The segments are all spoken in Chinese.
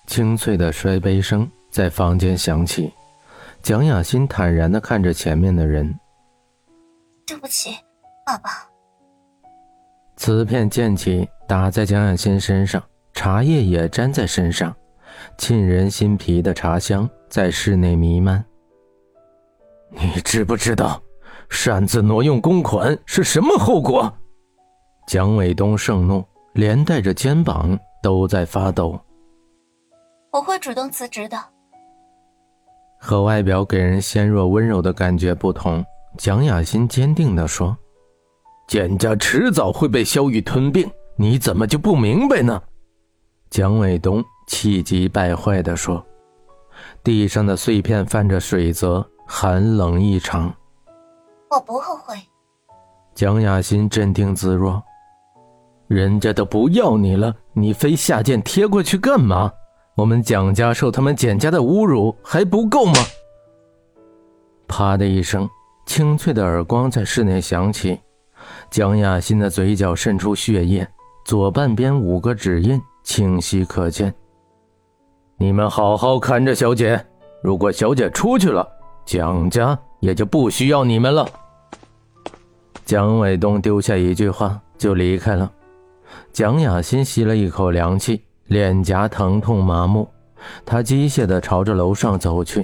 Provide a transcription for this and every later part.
清脆的摔杯声在房间响起，蒋雅欣坦然地看着前面的人。 对不起，爸爸。 瓷片溅起，打在蒋雅欣身上，茶叶也沾在身上，沁人心脾的茶香在室内弥漫。你知不知道擅自挪用公款是什么后果？蒋伟东盛怒，连带着肩膀都在发抖。 我会主动辞职的。 和外表给人纤弱温柔的感觉不同，蒋雅欣坚定地说，简家迟早会被萧雨吞并，你怎么就不明白呢？蒋伟东气急败坏地说。地上的碎片泛着水泽，寒冷异常。 我不后悔。 蒋雅欣镇定自若。人家都不要你了，你非下剑贴过去干嘛？我们蒋家受他们简家的侮辱还不够吗？啪的一声，清脆的耳光在室内响起，蒋雅欣的嘴角渗出血液，左半边5个指印清晰可见。你们好好看着小姐，如果小姐出去了，蒋家也就不需要你们了。蒋伟东丢下一句话就离开了。蒋雅欣吸了一口凉气，脸颊疼痛麻木，她机械地朝着楼上走去。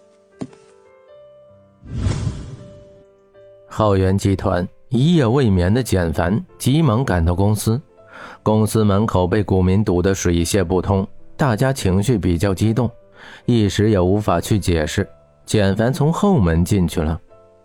浩源集团一夜未眠的简凡急忙赶到公司，公司门口被股民堵得水泄不通，大家情绪比较激动，一时也无法去解释。简凡从后门进去了。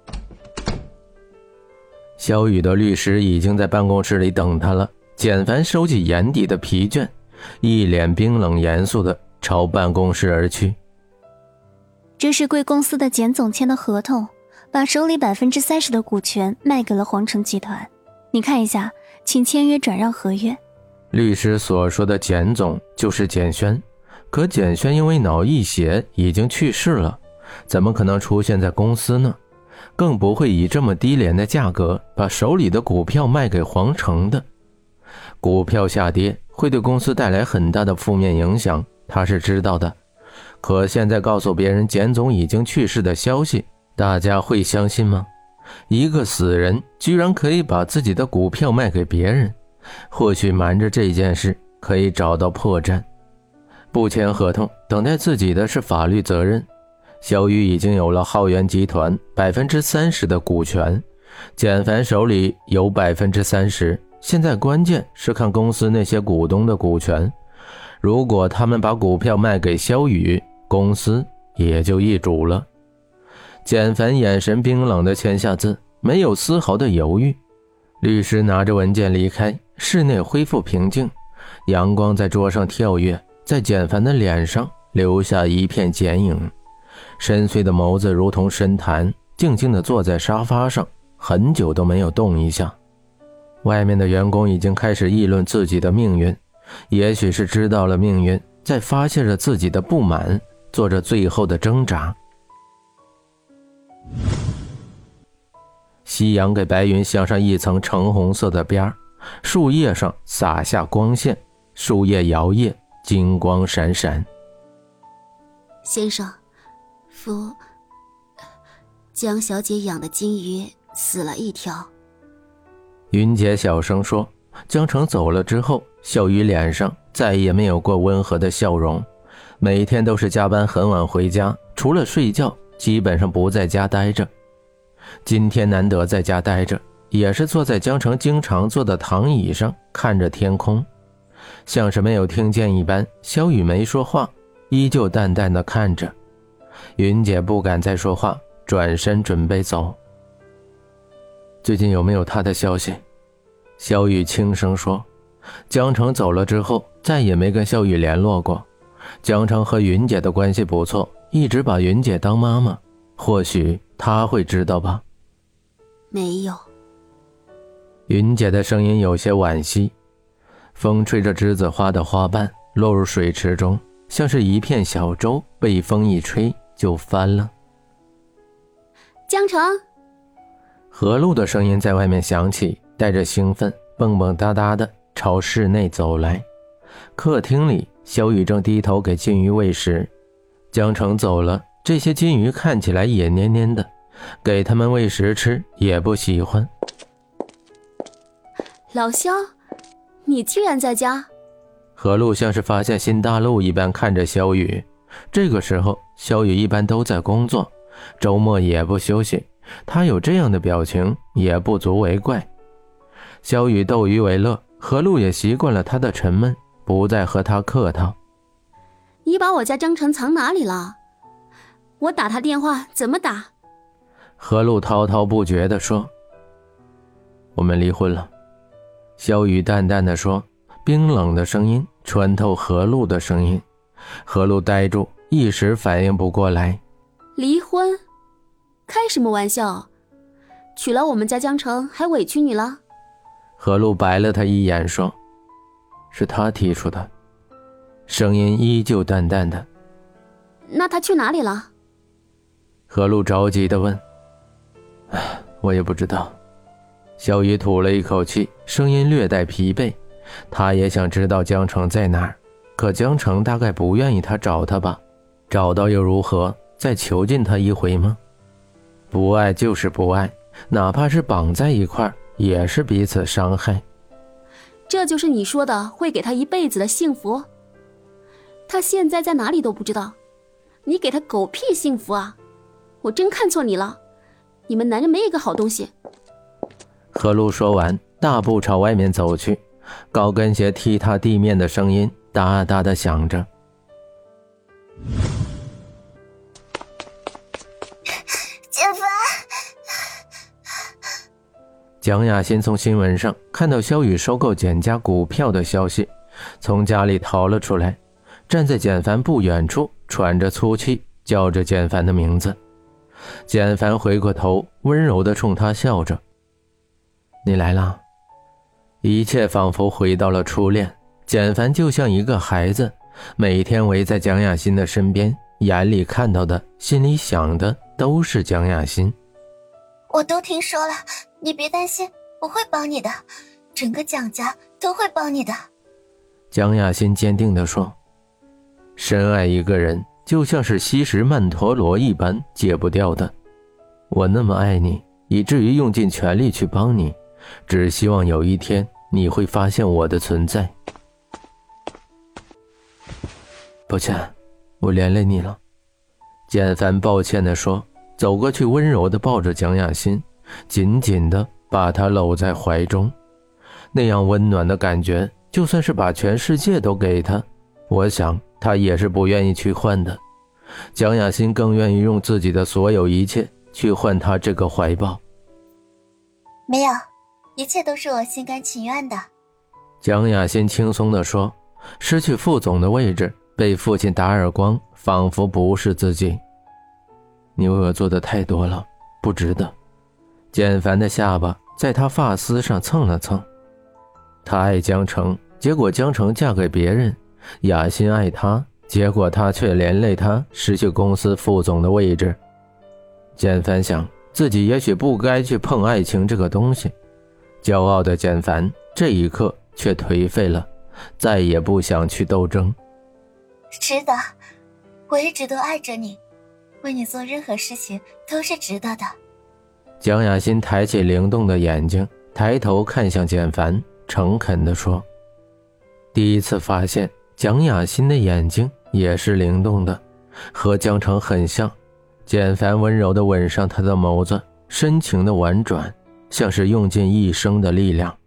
萧雨的律师已经在办公室里等他了。简凡收起眼底的疲倦，一脸冰冷严肃地朝办公室而去。 这是贵公司的简总签的合同，把手里30%的股权卖给了皇城集团。你看一下，请签约转让合约。 律师所说的简总就是简轩，可简轩因为脑溢血已经去世了，怎么可能出现在公司呢？更不会以这么低廉的价格把手里的股票卖给皇城的。股票下跌会对公司带来很大的负面影响，他是知道的。可现在告诉别人简总已经去世的消息，大家会相信吗？一个死人居然可以把自己的股票卖给别人，或许瞒着这件事可以找到破绽。不签合同，等待自己的是法律责任。萧雨已经有了浩源集团30%的股权，简凡手里有30%，现在关键是看公司那些股东的股权，如果他们把股票卖给萧雨，公司也就易主了。简凡眼神冰冷地签下字，没有丝毫的犹豫。律师拿着文件离开，室内恢复平静，阳光在桌上跳跃，在简凡的脸上留下一片剪影。深邃的眸子如同深潭，静静地坐在沙发上，很久都没有动一下。外面的员工已经开始议论自己的命运，也许是知道了命运，在发泄着自己的不满，做着最后的挣扎。夕阳给白云镶上一层橙红色的边儿，树叶上洒下光线，树叶摇曳，金光闪闪。 先生，江小姐养的金鱼死了一条。 云姐小声说。江城走了之后，小雨脸上再也没有过温和的笑容，每天都是加班很晚回家，除了睡觉基本上不在家待着。今天难得在家待着，也是坐在江城经常坐的躺椅上，看着天空，像是没有听见一般。萧雨没说话，依旧淡淡地看着。云姐不敢再说话，转身准备走。最近有没有他的消息？萧雨轻声说。江城走了之后，再也没跟萧雨联络过。江城和云姐的关系不错，一直把云姐当妈妈，或许他会知道吧。 没有。 云姐的声音有些惋惜。风吹着栀子花的花瓣落入水池中，像是一片小舟，被风一吹就翻了。 江城。 何璐的声音在外面响起，带着兴奋，蹦蹦哒哒的朝室内走来。客厅里， 萧雨正低头给金鱼喂食。江城走了，这些金鱼看起来也蔫蔫的，给他们喂食吃也不喜欢。 老萧，你居然在家？ 何璐像是发现新大陆一般看着萧雨。这个时候萧雨一般都在工作，周末也不休息，他有这样的表情也不足为怪。萧雨逗鱼为乐，何璐也习惯了他的沉闷，不再和他客套。 你把我家江城藏哪里了？我打他电话怎么打？ 何璐滔滔不绝地说。我们离婚了。萧雨淡淡地说，冰冷的声音穿透何璐的声音。何璐呆住，一时反应不过来。 离婚？开什么玩笑？娶了我们家江城还委屈你了？ 何璐白了他一眼说，是他提出的。声音依旧淡淡的。 那他去哪里了？ 何璐着急地问。我也不知道。萧雨吐了一口气，声音略带疲惫。他也想知道江城在哪儿，可江城大概不愿意他找他吧，找到又如何，再囚禁他一回吗？不爱就是不爱，哪怕是绑在一块儿，也是彼此伤害。 这就是你说的会给他一辈子的幸福？他现在在哪里都不知道，你给他狗屁幸福啊！我真看错你了，你们男人没一个好东西。 何璐说完，大步朝外面走去，高跟鞋踢踏地面的声音哒哒地响着。 简凡， 蒋雅欣从新闻上看到萧雨收购简家股票的消息，从家里逃了出来，站在简凡不远处，喘着粗气，叫着简凡的名字。简凡回过头，温柔地冲他笑着。你来了。一切仿佛回到了初恋，简凡就像一个孩子，每天围在蒋雅欣的身边，眼里看到的，心里想的都是蒋雅欣。 我都听说了，你别担心，我会帮你的，整个蒋家都会帮你的。 蒋雅欣坚定地说。深爱一个人就像是吸食曼陀罗一般戒不掉的，我那么爱你，以至于用尽全力去帮你，只希望有一天你会发现我的存在。抱歉，我连累你了。简凡抱歉地说，走过去温柔地抱着蒋雅欣，紧紧地把她搂在怀中。那样温暖的感觉，就算是把全世界都给她，我想她也是不愿意去换的。蒋雅欣更愿意用自己的所有一切去换她这个怀抱。 没有，一切都是我心甘情愿的。 蒋雅欣轻松地说，失去副总的位置，被父亲打耳光，仿佛不是自己。你为我做的太多了，不值得。简凡的下巴在他发丝上蹭了蹭。他爱江城，结果江城嫁给别人；雅欣爱他，结果他却连累他失去公司副总的位置。简凡想，自己也许不该去碰爱情这个东西。骄傲的简凡这一刻却颓废了，再也不想去斗争。 值得，我一直都爱着你，为你做任何事情都是值得的。 蒋雅欣抬起灵动的眼睛，抬头看向简凡，诚恳地说。第一次发现蒋雅欣的眼睛也是灵动的，和江城很像。简凡温柔地吻上她的眸子，深情的婉转，像是用尽一生的力量。